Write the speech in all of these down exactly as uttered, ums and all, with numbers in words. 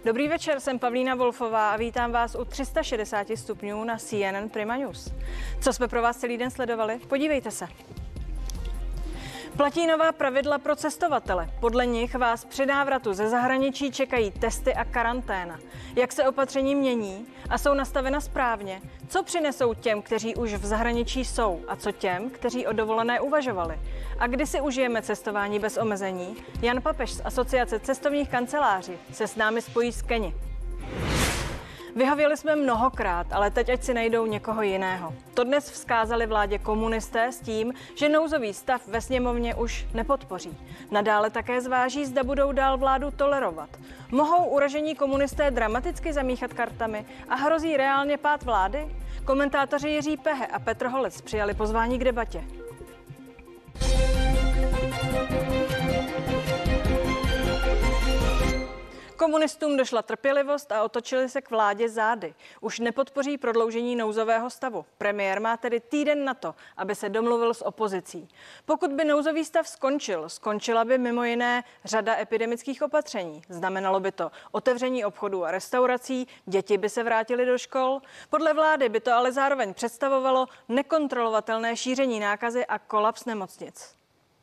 Dobrý večer, jsem Pavlína Wolfová a vítám vás u tři sta šedesát stupňů na C N N Prima News. Co jsme pro vás celý den sledovali? Podívejte se. Platí nová pravidla pro cestovatele. Podle nich vás při návratu ze zahraničí čekají testy a karanténa. Jak se opatření mění a jsou nastavena správně? Co přinesou těm, kteří už v zahraničí jsou, a co těm, kteří o dovolené uvažovali? A kdy si užijeme cestování bez omezení? Jan Papež z Asociace cestovních kanceláří se s námi spojí z Keni. Vyhověli jsme mnohokrát, ale teď ať si najdou někoho jiného. To dnes vzkázali vládě komunisté s tím, že nouzový stav ve sněmovně už nepodpoří. Nadále také zváží, zda budou dál vládu tolerovat. Mohou uražení komunisté dramaticky zamíchat kartami a hrozí reálně pád vlády? Komentátoři Jiří Pehe a Petr Holec přijali pozvání k debatě. Komunistům došla trpělivost a otočili se k vládě zády. Už nepodpoří prodloužení nouzového stavu. Premiér má tedy týden na to, aby se domluvil s opozicí. Pokud by nouzový stav skončil, skončila by mimo jiné řada epidemických opatření. Znamenalo by to otevření obchodů a restaurací, děti by se vrátily do škol. Podle vlády by to ale zároveň představovalo nekontrolovatelné šíření nákazy a kolaps nemocnic.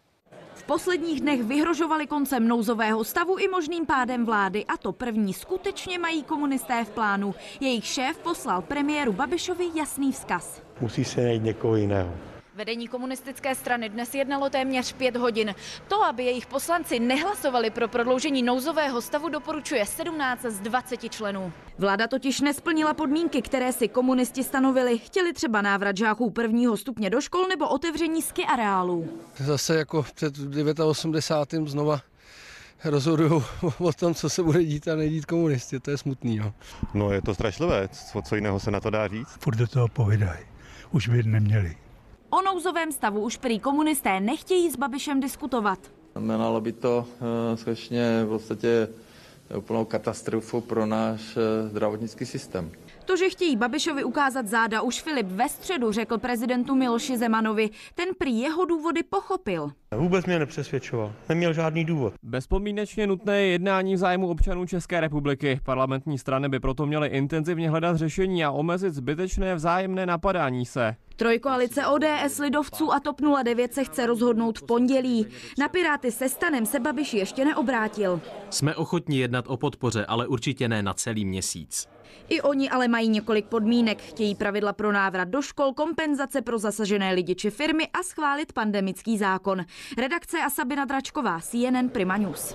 V posledních dnech vyhrožovali koncem nouzového stavu i možným pádem vlády, a to první skutečně mají komunisté v plánu. Jejich šéf poslal premiéru Babišovi jasný vzkaz. Musí se najít někoho jiného. Vedení komunistické strany dnes jednalo téměř pět hodin. To, aby jejich poslanci nehlasovali pro prodloužení nouzového stavu, doporučuje sedmnáct z dvaceti členů. Vláda totiž nesplnila podmínky, které si komunisti stanovili. Chtěli třeba návrat žáků prvního stupně do škol nebo otevření ski areálů. Zase jako před osmdesátým devátým znova rozhodují o tom, co se bude dít a nedít komunisti. To je smutný. No, no je to strašlivé. Co, co jiného se na to dá říct? Furt do toho povídají. Už by neměli. O nouzovém stavu už prý komunisté nechtějí s Babišem diskutovat. Znamenalo by to uh, skutečně v podstatě úplnou katastrofu pro náš uh, zdravotnický systém. To, že chtějí Babišovi ukázat záda, už Filip ve středu řekl prezidentu Miloši Zemanovi. Ten prý jeho důvody pochopil. Vůbec mě nepřesvědčoval. Neměl žádný důvod. Bezpodmínečně nutné je jednání v zájmu občanů České republiky. Parlamentní strany by proto měly intenzivně hledat řešení a omezit zbytečné vzájemné napadání se. Trojkoalice O D S, Lidovců a TOP nula devět se chce rozhodnout v pondělí. Na Piráty se STANem se Babiš ještě neobrátil. Jsme ochotni jednat o podpoře, ale určitě ne na celý měsíc. I oni ale mají několik podmínek. Chtějí pravidla pro návrat do škol, kompenzace pro zasažené lidi či firmy a schválit pandemický zákon. Redakce a Sabina Dračková, C N N Prima News.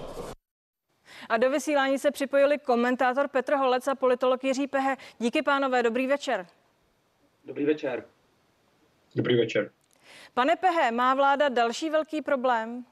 A do vysílání se připojili komentátor Petr Holec a politolog Jiří Pehe. Díky, pánové, dobrý večer. Dobrý večer. Dobrý večer. Pane Pehe, má vláda další velký problém?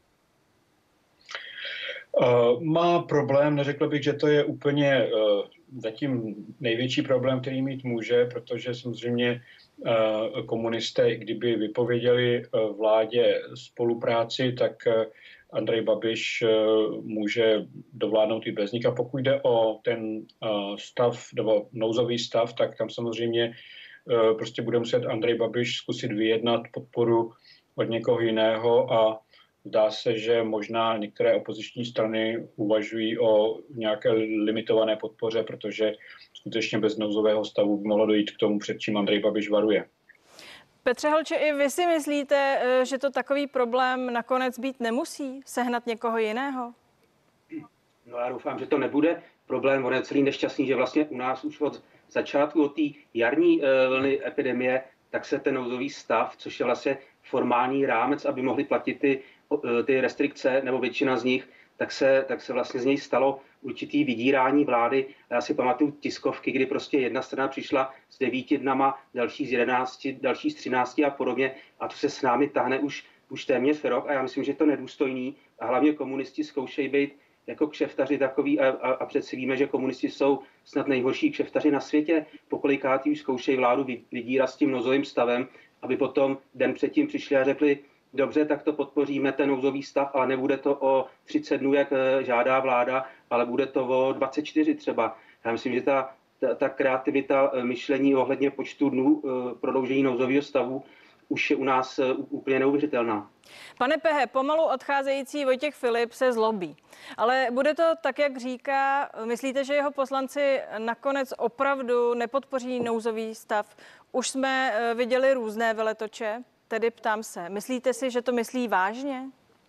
Uh, má problém, neřekl bych, že to je úplně uh, zatím největší problém, který mít může, protože samozřejmě uh, komunisté, kdyby vypověděli uh, vládě spolupráci, tak uh, Andrej Babiš uh, může dovládnout i bez nich. A pokud jde o ten uh, stav, nebo nouzový stav, tak tam samozřejmě uh, prostě bude muset Andrej Babiš zkusit vyjednat podporu od někoho jiného a zdá se, že možná některé opoziční strany uvažují o nějaké limitované podpoře, protože skutečně bez nouzového stavu by mohlo dojít k tomu, před čím Andrej Babiš varuje. Petře Holče, i vy si myslíte, že to takový problém nakonec být nemusí, sehnat někoho jiného? No já doufám, že to nebude problém. On je celý nešťastný, že vlastně u nás už od začátku, od té jarní vlny epidemie, tak se ten nouzový stav, což je vlastně formální rámec, aby mohly platit ty, ty restrikce, nebo většina z nich, tak se, tak se vlastně z něj stalo určitý vydírání vlády. Já si pamatuju tiskovky, kdy prostě jedna strana přišla s devíti dnama, další z jedenácti, další z třinácti a podobně. A to se s námi tahne už, už téměř rok a já myslím, že je to nedůstojný. A hlavně komunisti zkoušejí být jako kšeftaři takový a, a, a přeci víme, že komunisti jsou snad nejhorší kšeftaři na světě. Pokolikátý už zkoušejí vládu vydírat s tím nouzovým stavem, aby potom den předtím přišli a řekli, dobře, tak to podpoříme, ten nouzový stav, ale nebude to o třicet dnů, jak žádá vláda, ale bude to o dvacet čtyři třeba. Já myslím, že ta, ta, ta kreativita myšlení ohledně počtu dnů prodloužení nouzového stavu už je u nás úplně neuvěřitelná. Pane Pehe, pomalu odcházející Vojtěch Filip se zlobí. Ale bude to tak, jak říká, myslíte, že jeho poslanci nakonec opravdu nepodpoří nouzový stav? Už jsme viděli různé veletoče, tedy ptám se, myslíte si, že to myslí vážně?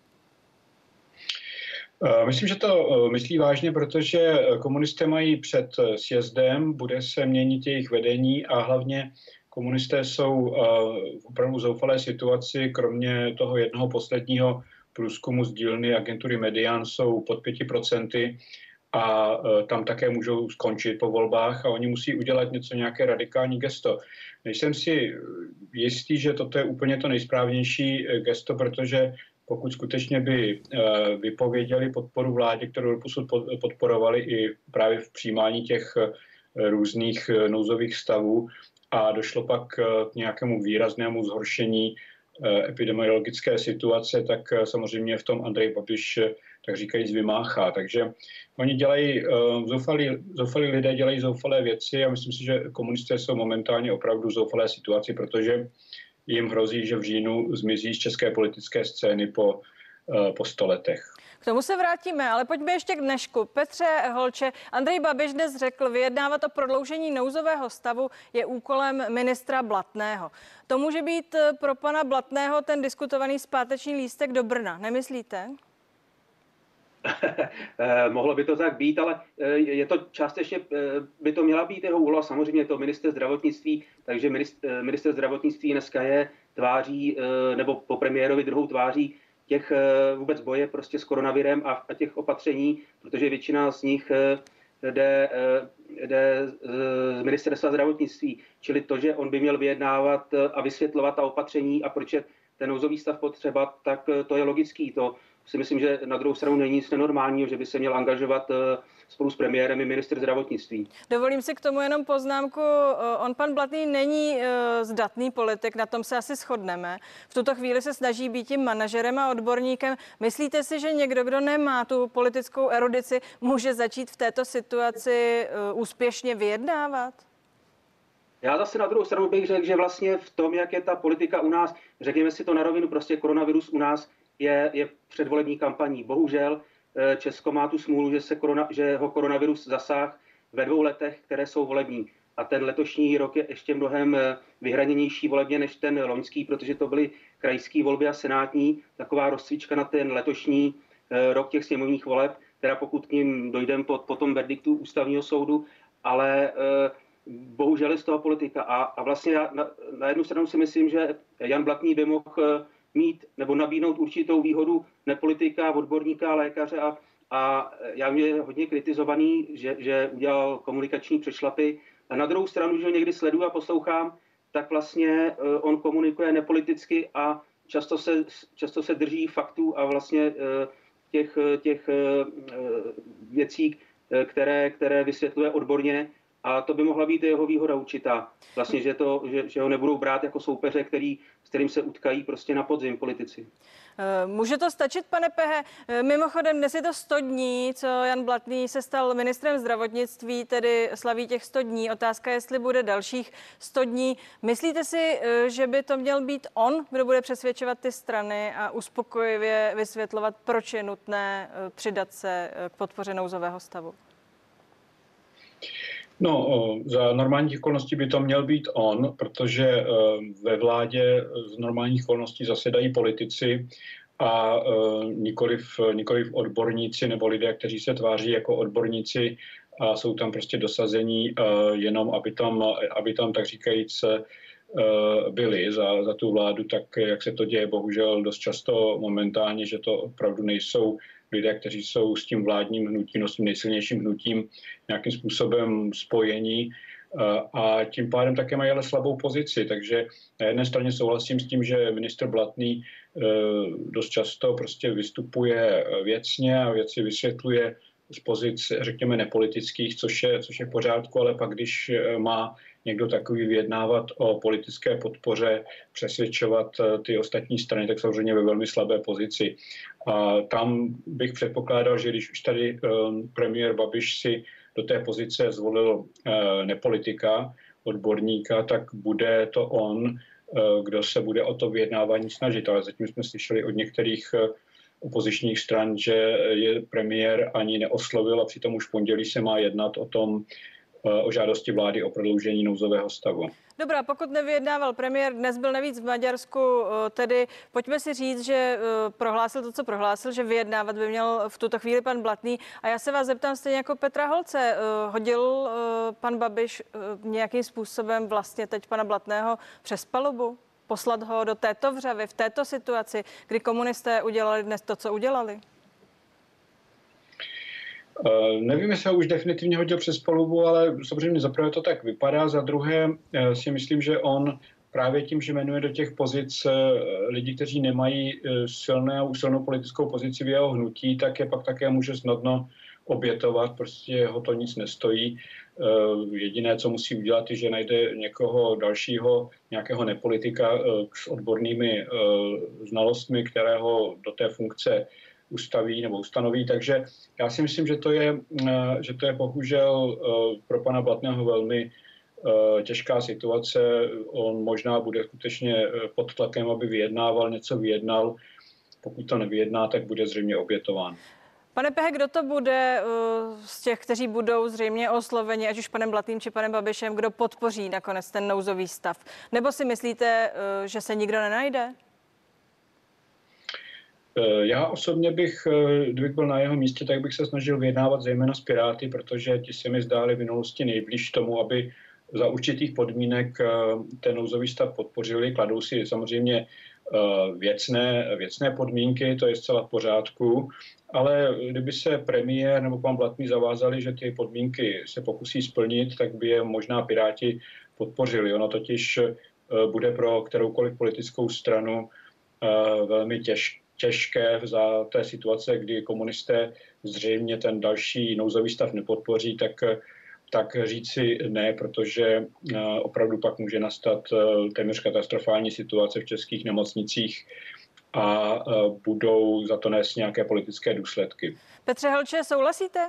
Myslím, že to myslí vážně, protože komunisté mají před sjezdem, bude se měnit jejich vedení a hlavně komunisté jsou v opravdu zoufalé situaci, kromě toho jednoho posledního průzkumu z dílny agentury Median jsou pod pěti procenty a tam také můžou skončit po volbách a oni musí udělat něco, nějaké radikální gesto. Nejsem si jistý, že toto je úplně to nejsprávnější gesto, protože pokud skutečně by vypověděli podporu vládě, kterou doposud podporovali i právě v přijímání těch různých nouzových stavů a došlo pak k nějakému výraznému zhoršení epidemiologické situace, tak samozřejmě v tom Andrej Babiš, tak říkajíc, vymáchá. Takže oni dělají, zoufalí, zoufalí lidé dělají zoufalé věci a myslím si, že komunisté jsou momentálně opravdu v zoufalé situaci, protože jim hrozí, že v říjnu zmizí z české politické scény po, po sto letech. K tomu se vrátíme, ale pojďme ještě k dnešku. Petře Holče, Andrej Babiš dnes řekl, vyjednávat o prodloužení nouzového stavu je úkolem ministra Blatného. To může být pro pana Blatného ten diskutovaný zpáteční lístek do Brna, nemyslíte? Mohlo by to tak být, ale je to částečně, by to měla být jeho úloha. Samozřejmě je to ministr zdravotnictví, takže ministr, ministr zdravotnictví dneska je tváří, nebo po premiérovi druhou tváří těch vůbec boje prostě s koronavirem a, a těch opatření, protože většina z nich jde, jde z ministerstva zdravotnictví. Čili to, že on by měl vyjednávat a vysvětlovat ta opatření a proč je ten nouzový stav potřeba, tak to je logický. To si myslím, že na druhou stranu není nic nenormálního, že by se měl angažovat spolu s premiérem i ministr zdravotnictví. Dovolím si k tomu jenom poznámku. On, pan Blatný, není zdatný politik, na tom se asi shodneme. V tuto chvíli se snaží být tím manažerem a odborníkem. Myslíte si, že někdo, kdo nemá tu politickou erudici, může začít v této situaci úspěšně vyjednávat? Já zase na druhou stranu bych řekl, že vlastně v tom, jak je ta politika u nás, řekněme si to na rovinu, prostě koronavirus u nás je, je předvolební kampaní. Bohužel Česko má tu smůlu, že, se korona, že ho koronavirus zasáhl ve dvou letech, které jsou volební. A ten letošní rok je ještě mnohem vyhraněnější volebně než ten loňský, protože to byly krajské volby a senátní. Taková rozcvička na ten letošní rok těch sněmovních voleb, teda pokud k ním dojdeme po, po tom verdiktu ústavního soudu, ale bohužel je z toho politika. A, a vlastně já na, na jednu stranu si myslím, že Jan Blatný by mohl mít nebo nabídnout určitou výhodu nepolitika, odborníka, lékaře a, a já mě je hodně kritizovaný, že, že udělal komunikační přešlapy. A na druhou stranu, že ho někdy sleduju a poslouchám, tak vlastně on komunikuje nepoliticky a často se, často se drží faktů a vlastně těch, těch věcí, které, které vysvětluje odborně. A to by mohla být jeho výhoda určitá. Vlastně, že, to, že, že ho nebudou brát jako soupeře, který, s kterým se utkají prostě na podzim politici. Může to stačit, pane Pehe? Mimochodem, dnes je to sto dní, co Jan Blatný se stal ministrem zdravotnictví, tedy slaví těch sto dní. Otázka, jestli bude dalších sto dní. Myslíte si, že by to měl být on, kdo bude přesvědčovat ty strany a uspokojivě vysvětlovat, proč je nutné přidat se k podpoře nouzového stavu? No, za normálních okolností by to měl být on, protože ve vládě z normálních okolností zasedají politici a nikoliv, nikoliv odborníci nebo lidé, kteří se tváří jako odborníci a jsou tam prostě dosazení jenom, aby tam, aby tam tak říkajíc byli za, za tu vládu, tak jak se to děje bohužel dost často momentálně, že to opravdu nejsou lidé, kteří jsou s tím vládním hnutím, no s tím nejsilnějším hnutím nějakým způsobem spojení a tím pádem také mají ale slabou pozici. Takže na jedné straně souhlasím s tím, že ministr Blatný dost často prostě vystupuje věcně a věci vysvětluje z pozic, řekněme, nepolitických, což je, což je v pořádku, ale pak, když má někdo takový vyjednávat o politické podpoře, přesvědčovat ty ostatní strany, tak samozřejmě ve velmi slabé pozici. A tam bych předpokládal, že když už tady premiér Babiš si do té pozice zvolil nepolitika, odborníka, tak bude to on, kdo se bude o to vyjednávání snažit. Ale zatím jsme slyšeli od některých opozičních stran, že je premiér ani neoslovil a přitom už v pondělí se má jednat o tom, o žádosti vlády o prodloužení nouzového stavu. Dobrá, pokud nevyjednával premiér, dnes byl navíc v Maďarsku, tedy pojďme si říct, že prohlásil to, co prohlásil, že vyjednávat by měl v tuto chvíli pan Blatný. A já se vás zeptám stejně jako Petra Holce, hodil pan Babiš nějakým způsobem vlastně teď pana Blatného přes palubu? Poslat ho do této vřavy, v této situaci, kdy komunisté udělali dnes to, co udělali? Uh, nevím, jestli ho už definitivně hodil přes palubu, ale samozřejmě za prvé to tak vypadá, za druhé uh, si myslím, že on právě tím, že jmenuje do těch pozic uh, lidi, kteří nemají uh, silnou, silnou politickou pozici v jeho hnutí, tak je pak také může snadno obětovat, prostě ho to nic nestojí. Uh, jediné, co musí udělat, je, že najde někoho dalšího, nějakého nepolitika uh, s odbornými uh, znalostmi, kterého do té funkce ustaví nebo ustanoví, takže já si myslím, že to je, že to je bohužel pro pana Blatného velmi těžká situace. On možná bude skutečně pod tlakem, aby vyjednával, něco vyjednal. Pokud to nevyjedná, tak bude zřejmě obětován. Pane Pehe, kdo to bude z těch, kteří budou zřejmě osloveni, ať už panem Blatným či panem Babišem, kdo podpoří nakonec ten nouzový stav? Nebo si myslíte, že se nikdo nenajde? Já osobně bych, kdybych byl na jeho místě, tak bych se snažil vyjednávat zejména s Piráty, protože ti se mi zdáli v minulosti nejblíž tomu, aby za určitých podmínek ten nouzový stav podpořili. Kladou si samozřejmě věcné, věcné podmínky, to je zcela v pořádku, ale kdyby se premiér nebo pan Blatný zavázali, že ty podmínky se pokusí splnit, tak by je možná Piráti podpořili. Ono totiž bude pro kteroukoliv politickou stranu velmi těžké. těžké za té situace, kdy komunisté zřejmě ten další nouzový stav nepodpoří, tak, tak říci ne, protože opravdu pak může nastat téměř katastrofální situace v českých nemocnicích a budou za to nést nějaké politické důsledky. Petře Helče, souhlasíte?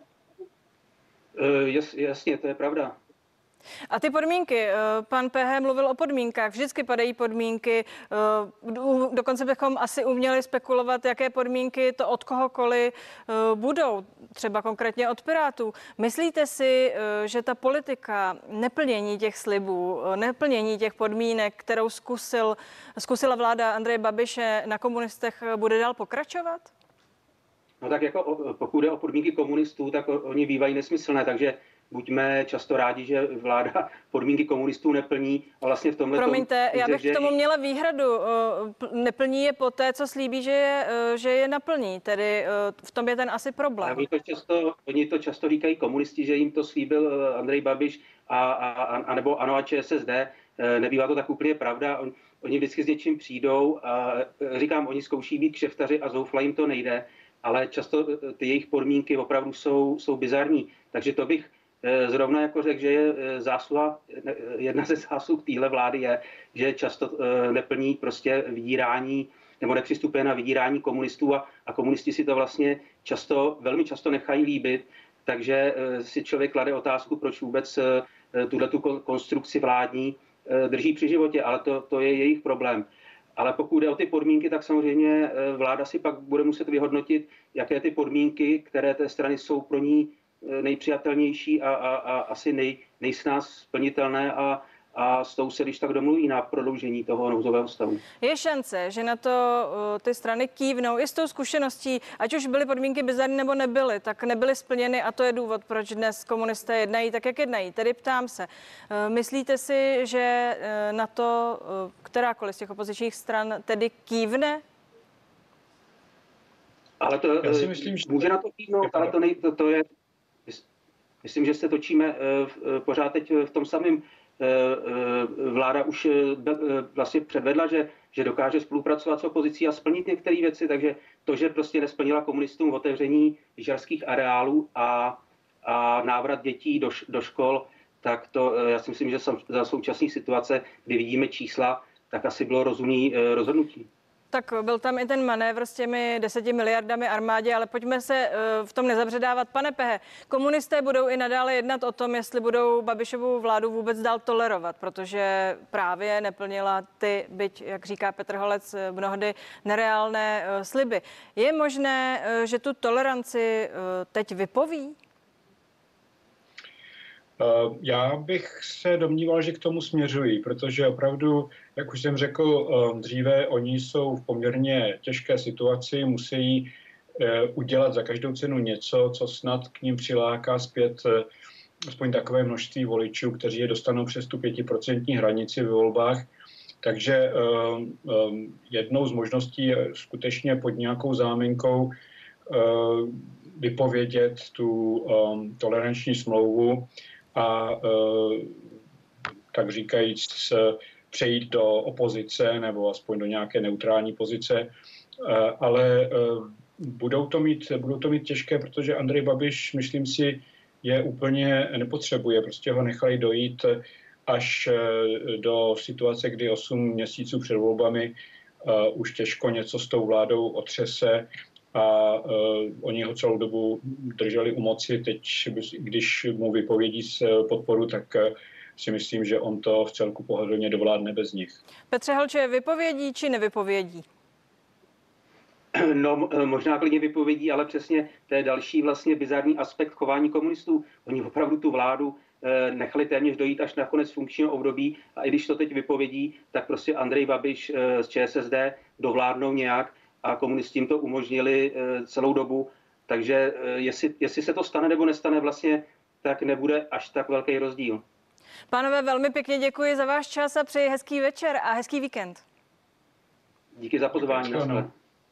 Uh, jas, jasně, to je pravda. A ty podmínky, pan P H mluvil o podmínkách, vždycky padají podmínky, dokonce bychom asi uměli spekulovat, jaké podmínky to od kohokoliv budou, třeba konkrétně od Pirátů. Myslíte si, že ta politika neplnění těch slibů, neplnění těch podmínek, kterou zkusil, zkusila vláda Andreje Babiše na komunistech, bude dál pokračovat? No tak jako pokud jde o podmínky komunistů, tak oni bývají nesmyslné, takže buďme často rádi, že vláda podmínky komunistů neplní a vlastně v tomhle... Promiňte, tom, já bych že... k tomu měla výhradu. Neplní je poté, co slíbí, že je, že je naplní. Tedy v tom je ten asi problém. Oni to často, oni to často říkají komunisti, že jim to slíbil Andrej Babiš a, a, a nebo ANO a Č S S D. Nebývá to tak úplně pravda. On, oni vždycky s něčím přijdou a říkám, oni zkouší být kšeftaři a zoufla jim to nejde, ale často ty jejich podmínky opravdu jsou, jsou bizarní. Takže to bych zrovna jako řekl, že je zásluha, jedna ze zásluh téhle vlády je, že často neplní prostě vydírání nebo nepřistupuje na vydírání komunistů a, a komunisti si to vlastně často, velmi často nechají líbit, takže si člověk klade otázku, proč vůbec tuhletu konstrukci vládní drží při životě, ale to, to je jejich problém. Ale pokud jde o ty podmínky, tak samozřejmě vláda si pak bude muset vyhodnotit, jaké ty podmínky, které té strany jsou pro ní nejpřijatelnější a, a, a asi nej, nejsnáz splnitelné a, a s tou se když tak domluví na prodloužení toho nouzového stavu. Je šance, že na to uh, ty strany kývnou i s tou zkušeností, ať už byly podmínky bizarní nebo nebyly, tak nebyly splněny a to je důvod, proč dnes komunisté jednají tak, jak jednají. Tedy ptám se, uh, myslíte si, že uh, na to uh, kterákoliv z těch opozičních stran tedy kývne? Ale to, Já si myslím, že... může na to kývnout, ale to, nej, to, to je... Myslím, že se točíme pořád teď v tom samém. Vláda už vlastně předvedla, že, že dokáže spolupracovat s opozicí a splnit některé věci, takže to, že prostě nesplnila komunistům otevření lyžařských areálů a, a návrat dětí do, do škol, tak to já si myslím, že za současné situace, kdy vidíme čísla, tak asi bylo rozumné rozhodnutí. Tak byl tam i ten manévr s těmi deseti miliardami armádě, ale pojďme se v tom nezabředávat. Pane Pehe, komunisté budou i nadále jednat o tom, jestli budou Babišovu vládu vůbec dál tolerovat, protože právě neplnila ty, byť, jak říká Petr Holec, mnohdy nereálné sliby. Je možné, že tu toleranci teď vypoví? Já bych se domníval, že k tomu směřují, protože opravdu, jak už jsem řekl dříve, oni jsou v poměrně těžké situaci, musí udělat za každou cenu něco, co snad k ním přiláká zpět aspoň takové množství voličů, kteří je dostanou přes tu pětiprocentní hranici ve volbách. Takže jednou z možností je skutečně pod nějakou záminkou vypovědět tu toleranční smlouvu a tak říkajíc přejít do opozice nebo aspoň do nějaké neutrální pozice, ale budou to mít, budou to mít těžké, protože Andrej Babiš, myslím si, je úplně nepotřebuje, prostě ho nechali dojít až do situace, kdy osm měsíců před volbami už těžko něco s tou vládou otřese a uh, oni ho celou dobu drželi u moci. Teď, když mu vypovědí z podporu, tak uh, si myslím, že on to v celku pohodlně dovládne bez nich. Petře Helče, vypovědí či nevypovědí? No, možná klidně vypovědí, ale přesně to je další vlastně bizarní aspekt chování komunistů. Oni opravdu tu vládu nechali téměř dojít až na konec funkčního období a i když to teď vypovědí, tak prostě Andrej Babiš z ČSSD dovládnou nějak a komunisti jim to umožnili celou dobu. Takže jestli, jestli se to stane nebo nestane vlastně, tak nebude až tak velký rozdíl. Pánové, velmi pěkně děkuji za váš čas a přeji hezký večer a hezký víkend. Díky za pozvání. Děkuji.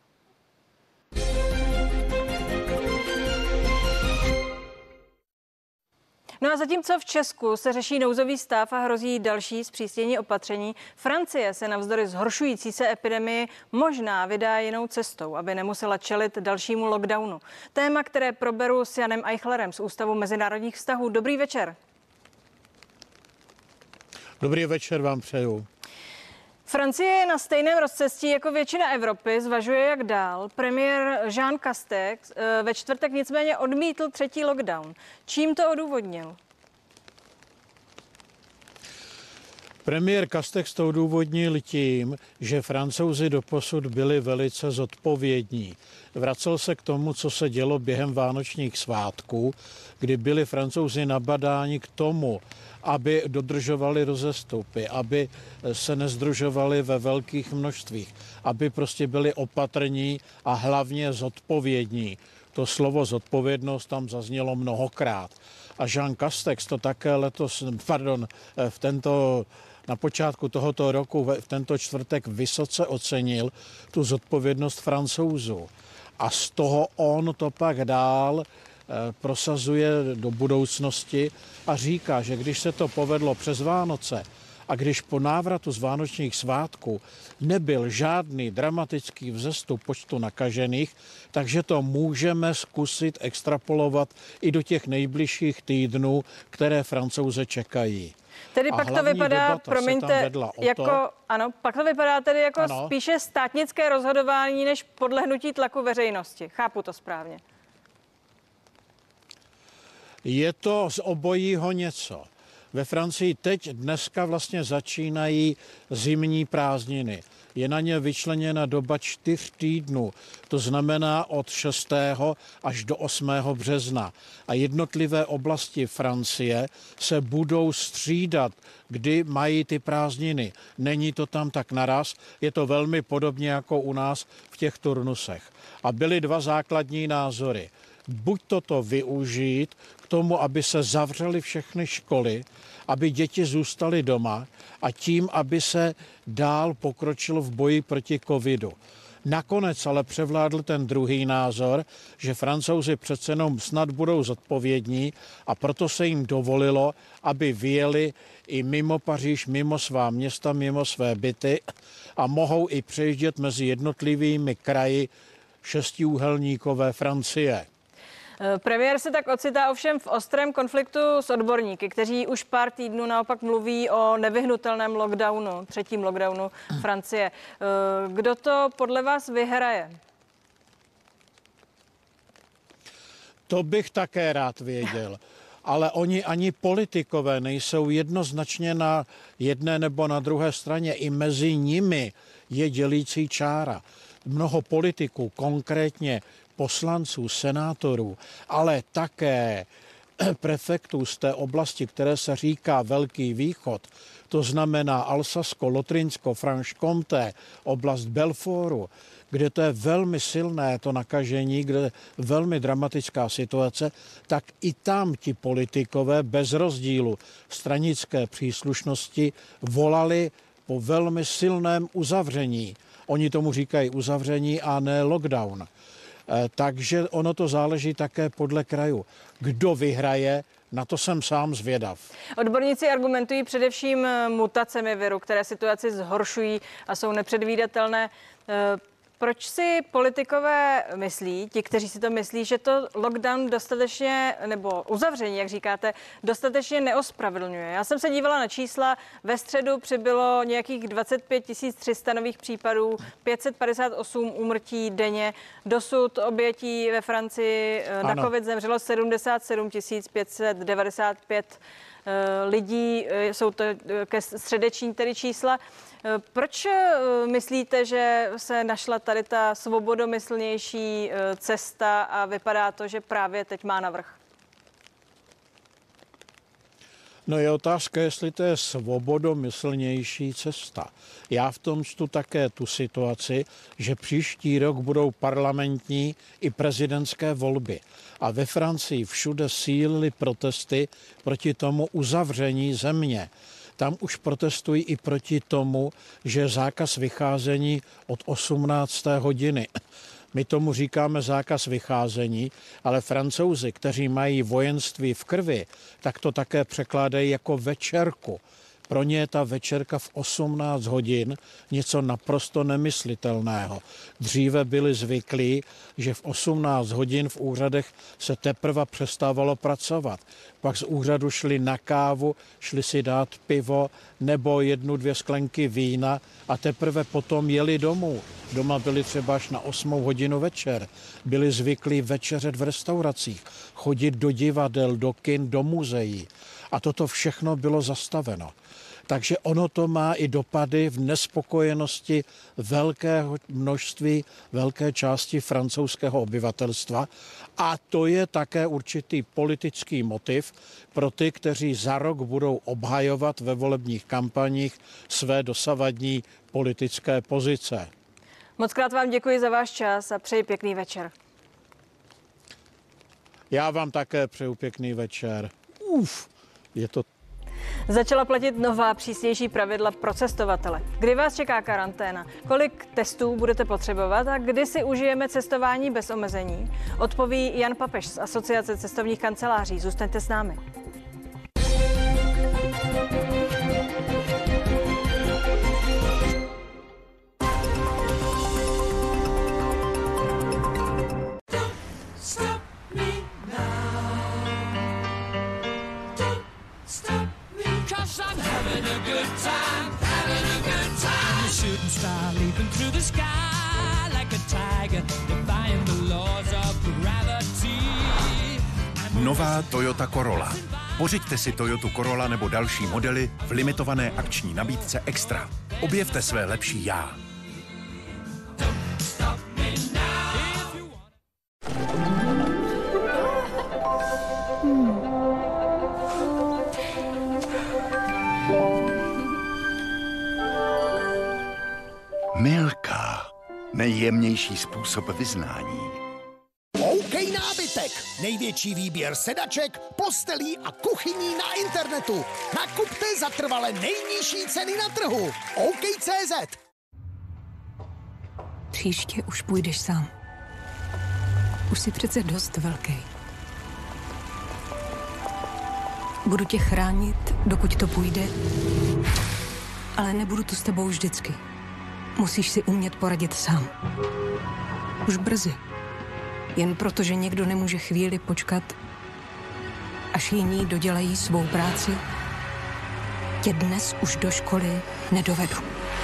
No a zatímco v Česku se řeší nouzový stav a hrozí další zpřísnění opatření, Francie se navzdory zhoršující se epidemii možná vydá jinou cestou, aby nemusela čelit dalšímu lockdownu. Téma, které proberu s Janem Eichlerem z Ústavu mezinárodních vztahů. Dobrý večer. Dobrý večer vám přeju. Francie je na stejném rozcestí jako většina Evropy, zvažuje jak dál. Premiér Jean Castex ve čtvrtek nicméně odmítl třetí lockdown. Čím to odůvodnil? Premiér Castex to odůvodnil tím, že Francouzi doposud byli velice zodpovědní. Vracel se k tomu, co se dělo během vánočních svátků, kdy byli Francouzi nabadáni k tomu, aby dodržovali rozestupy, aby se nezdružovali ve velkých množstvích, aby prostě byli opatrní a hlavně zodpovědní. To slovo zodpovědnost tam zaznělo mnohokrát. A Jean Castex to také letos, pardon, v tento, na počátku tohoto roku, v tento čtvrtek vysoce ocenil tu zodpovědnost Francouzů. A z toho on to pak dál prosazuje do budoucnosti a říká, že když se to povedlo přes Vánoce a když po návratu z vánočních svátků nebyl žádný dramatický vzestup počtu nakažených, takže to můžeme zkusit extrapolovat i do těch nejbližších týdnů, které Francouze čekají. Tedy a pak to vypadá, promiňte, jako, to, ano, pak to vypadá tedy jako ano. spíše státnické rozhodování, než podlehnutí tlaku veřejnosti. Chápu to správně. Je to z obojího něco. Ve Francii teď dneska vlastně začínají zimní prázdniny. Je na ně vyčleněna doba čtyř týdnů, to znamená od šestého až do osmého března. A jednotlivé oblasti Francie se budou střídat, kdy mají ty prázdniny. Není to tam tak naraz, je to velmi podobně jako u nás v těch turnusech. A byly dva základní názory. Buď toto využít k tomu, aby se zavřely všechny školy, aby děti zůstaly doma a tím, aby se dál pokročilo v boji proti covidu. Nakonec ale převládl ten druhý názor, že Francouzi přece jenom snad budou zodpovědní a proto se jim dovolilo, aby vyjeli i mimo Paříž, mimo svá města, mimo své byty a mohou i přejíždět mezi jednotlivými kraji šestiúhelníkové Francie. Premiér se tak ocitá ovšem v ostrém konfliktu s odborníky, kteří už pár týdnů naopak mluví o nevyhnutelném lockdownu, třetím lockdownu Francie. Kdo to podle vás vyhraje? To bych také rád věděl. Ale oni ani politikové nejsou jednoznačně na jedné nebo na druhé straně. I mezi nimi je dělící čára. Mnoho politiků, konkrétně poslanců, senátorů, ale také prefektů z té oblasti, které se říká Velký východ, to znamená Alsasko, Lotrinsko, Franche-Comté, oblast Belfortu, kde to je velmi silné to nakažení, kde je velmi dramatická situace, tak i tam ti politikové bez rozdílu stranické příslušnosti volali po velmi silném uzavření. Oni tomu říkají uzavření a ne lockdown. Takže ono to záleží také podle krajů. Kdo vyhraje, na to jsem sám zvědav. Odborníci argumentují především mutacemi viru, které situaci zhoršují a jsou nepředvídatelné. Proč si politikové myslí, ti, kteří si to myslí, že to lockdown dostatečně, nebo uzavření, jak říkáte, dostatečně neospravedlňuje? Já jsem se dívala na čísla, ve středu přibylo nějakých dvacet pět tisíc tři sta nových případů, pět set padesát osm úmrtí denně. Dosud obětí ve Francii ano. na covid zemřelo sedmdesát sedm tisíc pět set devadesát pět lidí, jsou to ke středeční tedy čísla. Proč myslíte, že se našla tady ta svobodomyslnější cesta a vypadá to, že právě teď má navrch? No je otázka, jestli to je svobodomyslnější cesta. Já v tom čtu také tu situaci, že příští rok budou parlamentní i prezidentské volby. A ve Francii všude sílily protesty proti tomu uzavření země. Tam už protestují i proti tomu, že je zákaz vycházení od osmnácté hodiny. My tomu říkáme zákaz vycházení, ale Francouzi, kteří mají vojenství v krvi, tak to také překládají jako večerku. Pro ně je ta večerka v osmnáct hodin něco naprosto nemyslitelného. Dříve byli zvyklí, že v osmnáct hodin v úřadech se teprve přestávalo pracovat. Pak z úřadu šli na kávu, šli si dát pivo nebo jednu, dvě sklenky vína a teprve potom jeli domů. Doma byli třeba až na osmou hodinu večer. Byli zvyklí večeřet v restauracích, chodit do divadel, do kin, do muzeí. A toto všechno bylo zastaveno. Takže ono to má i dopady v nespokojenosti velkého množství, velké části francouzského obyvatelstva. A to je také určitý politický motiv pro ty, kteří za rok budou obhajovat ve volebních kampaních své dosavadní politické pozice. Moc krát vám děkuji za váš čas a přeji pěkný večer. Já vám také přeju pěkný večer. Uf, je to... Začala platit nová přísnější pravidla pro cestovatele. Kdy vás čeká karanténa? Kolik testů budete potřebovat a kdy si užijeme cestování bez omezení? Odpoví Jan Papež z Asociace cestovních kanceláří. Zůstaňte s námi. Nová Toyota Corolla. Pořiďte si Toyotu Corolla nebo další modely v limitované akční nabídce Extra. Objevte své lepší já. Milka. Nejjemnější způsob vyznání. OK Nábytek. Největší výběr sedaček, postelí a kuchyní na internetu. Nakupte za trvale nejnižší ceny na trhu. OK tečka cé zet. Příště už půjdeš sám. Už jsi přece dost velký. Budu tě chránit, dokud to půjde, ale nebudu tu s tebou vždycky. Musíš si umět poradit sám. Už brzy. Jen proto, že někdo nemůže chvíli počkat, až jiní dodělají svou práci, tě dnes už do školy nedovedu.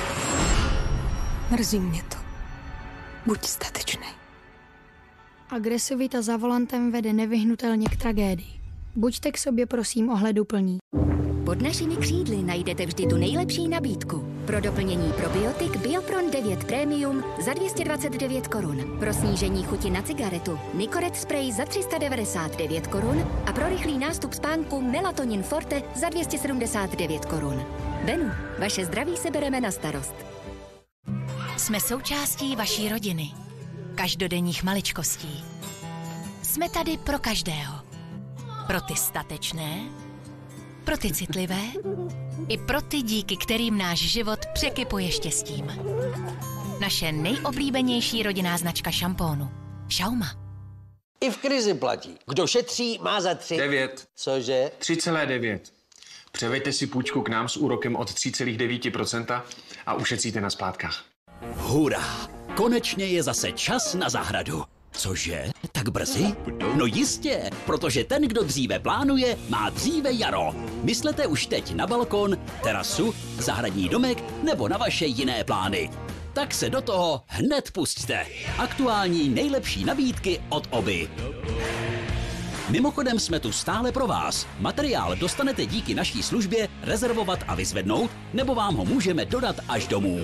Mrzí mě to. Buď statečný. Agresivita za volantem vede nevyhnutelně k tragédii. Buďte k sobě prosím ohleduplní. Pod našimi křídly najdete vždy tu nejlepší nabídku. Pro doplnění probiotik Biopron devět Premium za dvě stě dvacet devět korun. Pro snížení chuti na cigaretu Nicoret Spray za tři sta devadesát devět korun a pro rychlý nástup spánku Melatonin Forte za dvě stě sedmdesát devět korun. Benu, vaše zdraví se bereme na starost. Jsme součástí vaší rodiny. Každodenních maličkostí. Jsme tady pro každého. Pro ty statečné, pro ty citlivé, i pro ty, díky kterým náš život překypuje štěstím. Naše nejoblíbenější rodinná značka šampónu. Schauma. I v krizi platí. Kdo šetří, má za tři. Devět. Cože? tři celá devět. Převeďte si půjčku k nám s úrokem od tři celá devět procenta a ušetříte na splátkách. Hurá! Konečně je zase čas na zahradu. Cože? Tak brzy? No jistě, protože ten, kdo dříve plánuje, má dříve jaro. Myslete už teď na balkon, terasu, zahradní domek nebo na vaše jiné plány. Tak se do toho hned pusťte. Aktuální nejlepší nabídky od Oby. Mimochodem jsme tu stále pro vás. Materiál dostanete díky naší službě rezervovat a vyzvednout, nebo vám ho můžeme dodat až domů.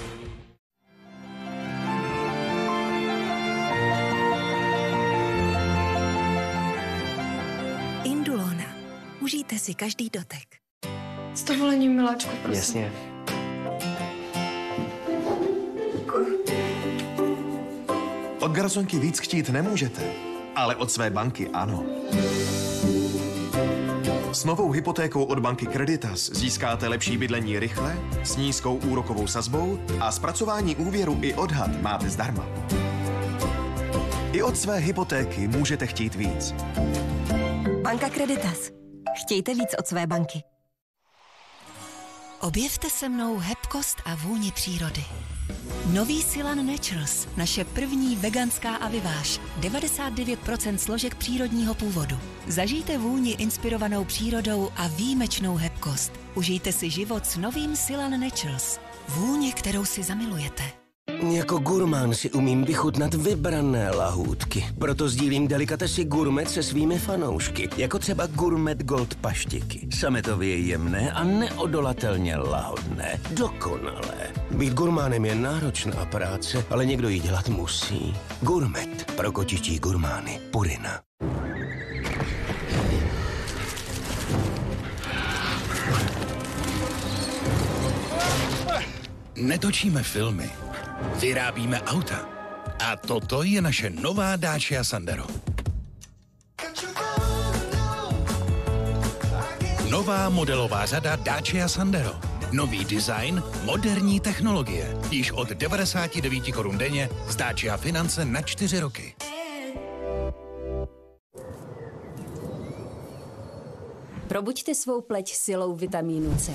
Indulona. Užijte si každý dotek. S dovolením, miláčku, prosím. Jasně. Od garsonky víc chtít nemůžete, ale od své banky ano. S novou hypotékou od banky Creditas získáte lepší bydlení rychle, s nízkou úrokovou sazbou a zpracování úvěru i odhad máte zdarma. I od své hypotéky můžete chtít víc. Banka Creditas. Chtějte víc od své banky. Objevte se mnou hebkost a vůni přírody. Nový Silan Naturals, naše první veganská aviváž. devadesát devět procent složek přírodního původu. Zažijte vůni inspirovanou přírodou a výjimečnou hebkost. Užijte si život s novým Silan Naturals. Vůně, kterou si zamilujete. Jako gurmán si umím vychutnat vybrané lahůdky. Proto sdílím delikatesy Gourmet se svými fanoušky, jako třeba Gourmet Gold paštiky. Sametově jemné a neodolatelně lahodné. Dokonalé. Být gurmánem je náročná práce, ale někdo ji dělat musí. Gourmet pro kočičí gurmány. Purina. Netočíme filmy. Vyrábíme auta. A toto je naše nová Dacia Sandero. Nová modelová řada Dacia Sandero. Nový design, moderní technologie. Již od devadesát devět korun denně z Dacia Finance na čtyři roky. Probuďte svou pleť silou vitamínu C.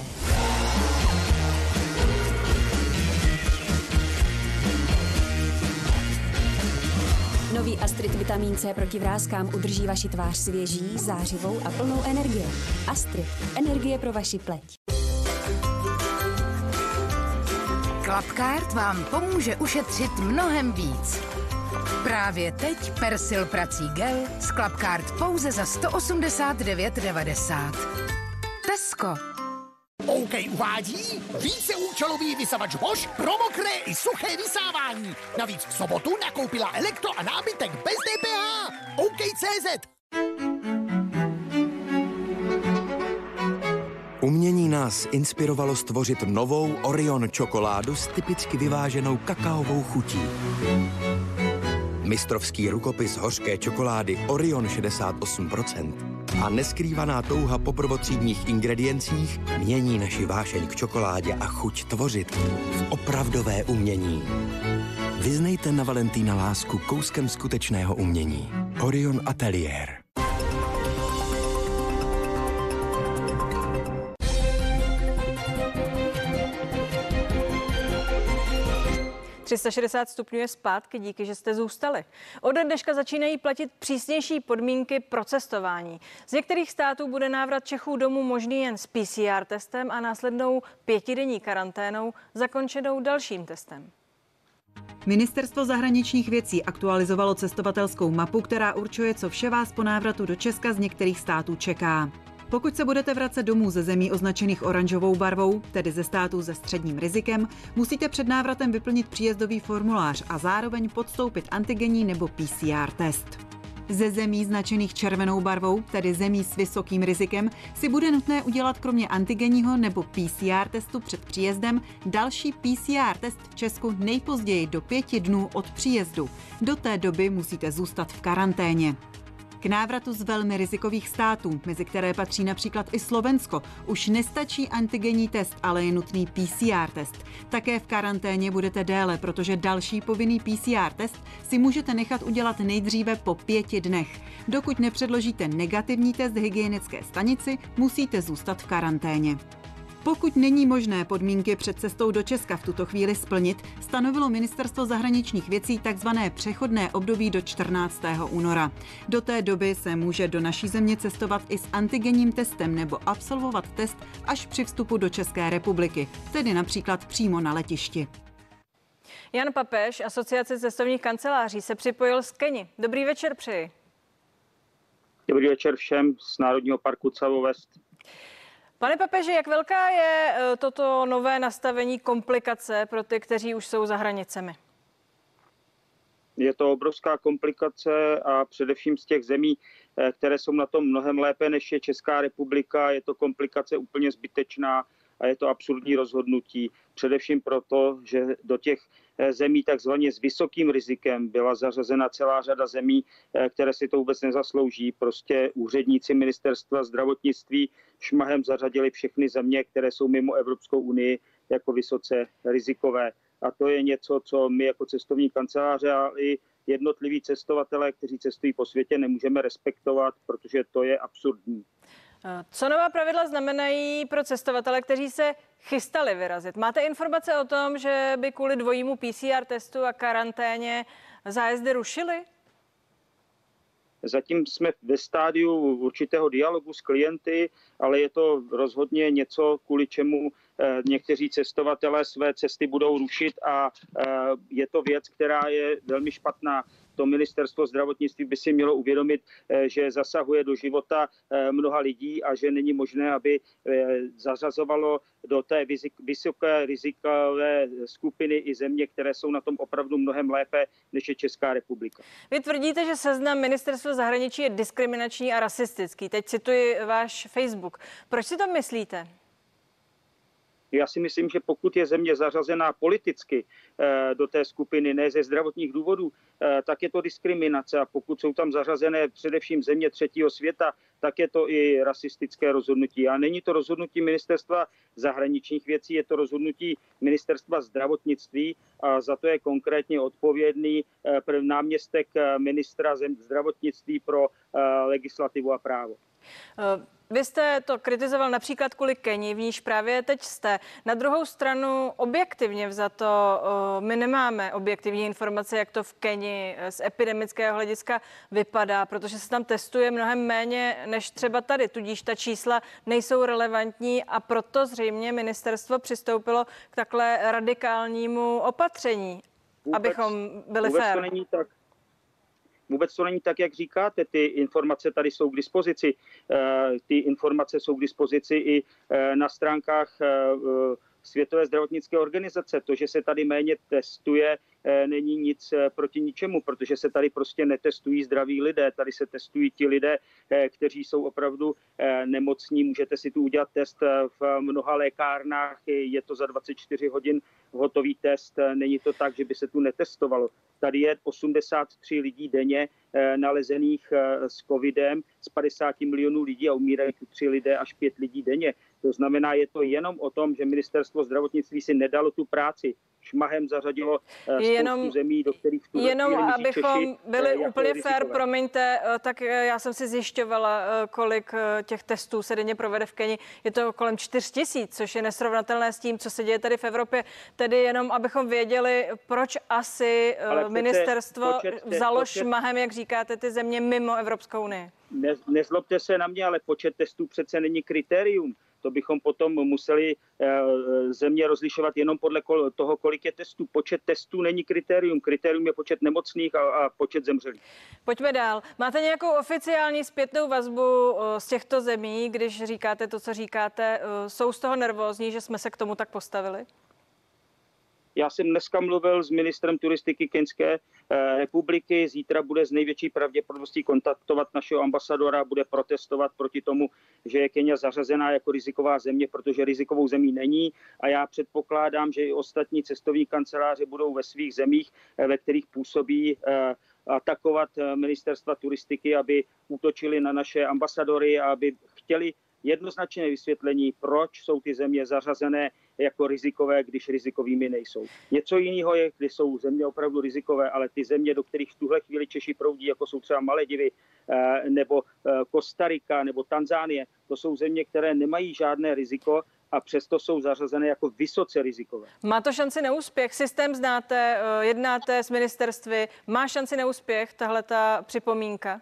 Nový Astrid vitamin C proti vrázkám udrží vaši tvář svěží, zářivou a plnou energie. Astrid. Energie pro vaši pleť. Klapkárt vám pomůže ušetřit mnohem víc. Právě teď Persil prací gel z Klapkárt pouze za sto osmdesát devět devadesát. Tesco. OK uvádí víceúčelový vysavač Bosch pro mokré i suché vysávání. Navíc v sobotu nakoupila elektro a nábytek bez D P H. OK tečka cé zet. Umění nás inspirovalo stvořit novou Orion čokoládu s typicky vyváženou kakaovou chutí. Mistrovský rukopis hořké čokolády Orion šedesát osm procent a neskrývaná touha po prvotřídních ingrediencích mění naši vášeň k čokoládě a chuť tvořit v opravdové umění. Vyznejte na Valentína lásku kouskem skutečného umění. Orion Atelier. tři sta šedesát stupňů je zpátky, díky, že jste zůstali. Ode dneška začínají platit přísnější podmínky pro cestování. Z některých států bude návrat Čechů domů možný jen s P C R testem a následnou pětidenní karanténou zakončenou dalším testem. Ministerstvo zahraničních věcí aktualizovalo cestovatelskou mapu, která určuje, co vše vás po návratu do Česka z některých států čeká. Pokud se budete vracet domů ze zemí označených oranžovou barvou, tedy ze států se středním rizikem, musíte před návratem vyplnit příjezdový formulář a zároveň podstoupit antigenní nebo P C R test. Ze zemí značených červenou barvou, tedy zemí s vysokým rizikem, si bude nutné udělat kromě antigenního nebo P C R testu před příjezdem další P C R test v Česku nejpozději do pěti dnů od příjezdu. Do té doby musíte zůstat v karanténě. K návratu z velmi rizikových států, mezi které patří například i Slovensko, už nestačí antigenní test, ale je nutný P C R test. Také v karanténě budete déle, protože další povinný P C R test si můžete nechat udělat nejdříve po pěti dnech. Dokud nepředložíte negativní test hygienické stanici, musíte zůstat v karanténě. Pokud není možné podmínky před cestou do Česka v tuto chvíli splnit, stanovilo Ministerstvo zahraničních věcí takzvané přechodné období do čtrnáctého února. Do té doby se může do naší země cestovat i s antigenním testem nebo absolvovat test až při vstupu do České republiky, tedy například přímo na letišti. Jan Papež, Asociace cestovních kanceláří, se připojil z Keni. Dobrý večer přeji. Dobrý večer všem z Národního parku Tsavo West. Pane papeži, jak velká je toto nové nastavení komplikace pro ty, kteří už jsou za hranicemi? Je to obrovská komplikace a především z těch zemí, které jsou na tom mnohem lépe než je Česká republika, je to komplikace úplně zbytečná a je to absurdní rozhodnutí. Především proto, že do těch zemí takzvaně s vysokým rizikem byla zařazena celá řada zemí, které si to vůbec nezaslouží. Prostě úředníci ministerstva zdravotnictví šmahem zařadili všechny země, které jsou mimo Evropskou unii, jako vysoce rizikové. A to je něco, co my jako cestovní kanceláře a i jednotliví cestovatelé, kteří cestují po světě, nemůžeme respektovat, protože to je absurdní. Co nová pravidla znamenají pro cestovatele, kteří se chystali vyrazit? Máte informace o tom, že by kvůli dvojímu P C R testu a karanténě zájezdy rušili? Zatím jsme ve stádiu určitého dialogu s klienty, ale je to rozhodně něco, kvůli čemu někteří cestovatelé své cesty budou rušit a je to věc, která je velmi špatná. To ministerstvo zdravotnictví by si mělo uvědomit, že zasahuje do života mnoha lidí a že není možné, aby zařazovalo do té vysoké rizikové skupiny i země, které jsou na tom opravdu mnohem lépe, než je Česká republika. Vy tvrdíte, že seznam ministerstva zahraničí je diskriminační a rasistický. Teď cituji váš Facebook. Proč si to myslíte? Já si myslím, že pokud je země zařazená politicky do té skupiny, ne ze zdravotních důvodů, tak je to diskriminace. A pokud jsou tam zařazené především země třetího světa, tak je to i rasistické rozhodnutí. A není to rozhodnutí ministerstva zahraničních věcí, je to rozhodnutí ministerstva zdravotnictví a za to je konkrétně odpovědný náměstek ministra zdravotnictví pro legislativu a právo. Vy jste to kritizoval například kvůli Keni, v níž právě teď jste. Na druhou stranu objektivně vzato, my nemáme objektivní informace, jak to v Keni z epidemického hlediska vypadá, protože se tam testuje mnohem méně než třeba tady, tudíž ta čísla nejsou relevantní a proto zřejmě ministerstvo přistoupilo k takhle radikálnímu opatření, vůbec, abychom byli vůbec fér. To není tak. Vůbec to není tak, jak říkáte. Ty informace tady jsou k dispozici. Ty informace jsou k dispozici i na stránkách Světové zdravotnické organizace. To, že se tady méně testuje, není nic proti ničemu, protože se tady prostě netestují zdraví lidé. Tady se testují ti lidé, kteří jsou opravdu nemocní. Můžete si tu udělat test v mnoha lékárnách. Je to za dvacet čtyři hodin hotový test. Není to tak, že by se tu netestovalo. Tady je osmdesát tři lidí denně nalezených s covidem z padesáti milionů lidí a umírají tu tři lidé až pět lidí denně. To znamená, je to jenom o tom, že ministerstvo zdravotnictví si nedalo tu práci. Šmahem zařadilo spoustu jenom, zemí, do kterých v tu Jenom abychom Češi, byli jako úplně rizikové. fair, promiňte, tak já jsem si zjišťovala, kolik těch testů se denně provede v Keni. Je to kolem čtyř tisíc, což je nesrovnatelné s tím, co se děje tady v Evropě. Tedy jenom abychom věděli, proč asi Ale ministerstvo počet, vzalo počet, šmahem, jak říkáte, ty země mimo Evropskou unii. Ne, nezlobte se na mě, ale počet testů přece není kritérium. To bychom potom museli země rozlišovat jenom podle toho, kolik je testů. Počet testů není kritérium. Kritérium je počet nemocných a, a počet zemřelých. Pojďme dál. Máte nějakou oficiální zpětnou vazbu z těchto zemí, když říkáte to, co říkáte? Jsou z toho nervózní, že jsme se k tomu tak postavili? Já jsem dneska mluvil s ministrem turistiky Keňské republiky. Zítra bude z největší pravděpodobností kontaktovat našeho ambasadora, bude protestovat proti tomu, že je Kenya zařazená jako riziková země, protože rizikovou zemí není. A já předpokládám, že i ostatní cestovní kanceláře budou ve svých zemích, ve kterých působí, atakovat ministerstva turistiky, aby útočili na naše ambasadory a aby chtěli jednoznačné vysvětlení, proč jsou ty země zařazené jako rizikové, když rizikovými nejsou. Něco jiného je, kdy jsou země opravdu rizikové, ale ty země, do kterých v tuhle chvíli Češi proudí, jako jsou třeba Maledivy, nebo Kostarika, nebo Tanzánie, to jsou země, které nemají žádné riziko a přesto jsou zařazené jako vysoce rizikové. Má to šanci na úspěch? Systém znáte, jednáte s ministerstvy. Má šanci na úspěch tahle ta připomínka?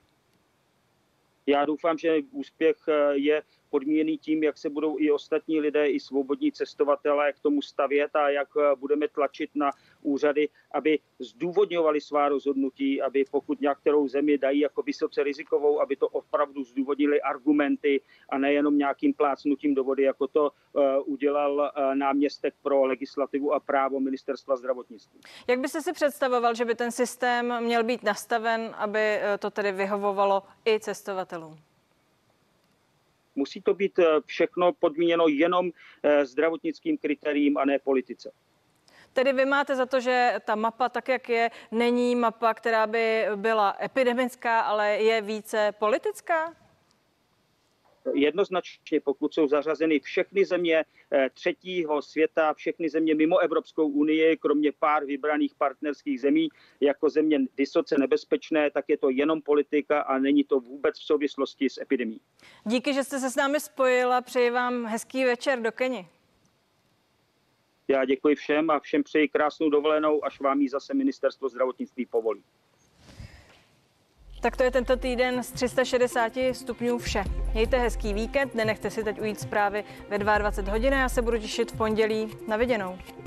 Já doufám, že úspěch je podmíněný tím, jak se budou i ostatní lidé, i svobodní cestovatelé k tomu stavět a jak budeme tlačit na úřady, aby zdůvodňovali svá rozhodnutí, aby pokud nějakou zemi dají jako vysoce rizikovou, aby to opravdu zdůvodnili argumenty a nejenom nějakým plácnutím do vody, jako to uh, udělal uh, náměstek pro legislativu a právo ministerstva zdravotnictví. Jak byste si představoval, že by ten systém měl být nastaven, aby to tedy vyhovovalo i cestovatelům? Musí to být všechno podmíněno jenom zdravotnickým kritériím a ne politice. Tedy vy máte za to, že ta mapa, tak jak je, není mapa, která by byla epidemická, ale je více politická? Jednoznačně, pokud jsou zařazeny všechny země třetího světa, všechny země mimo Evropskou unii, kromě pár vybraných partnerských zemí, jako země vysoce nebezpečné, tak je to jenom politika a není to vůbec v souvislosti s epidemií. Díky, že jste se s námi spojila. Přeji vám hezký večer do Keni. Já děkuji všem a všem přeji krásnou dovolenou, až vám ji zase ministerstvo zdravotnictví povolí. Tak to je tento týden z tři sta šedesát stupňů vše. Mějte hezký víkend, nenechte si teď ujít zprávy ve dvacet dva hodin. Já se budu těšit v pondělí. Na viděnou.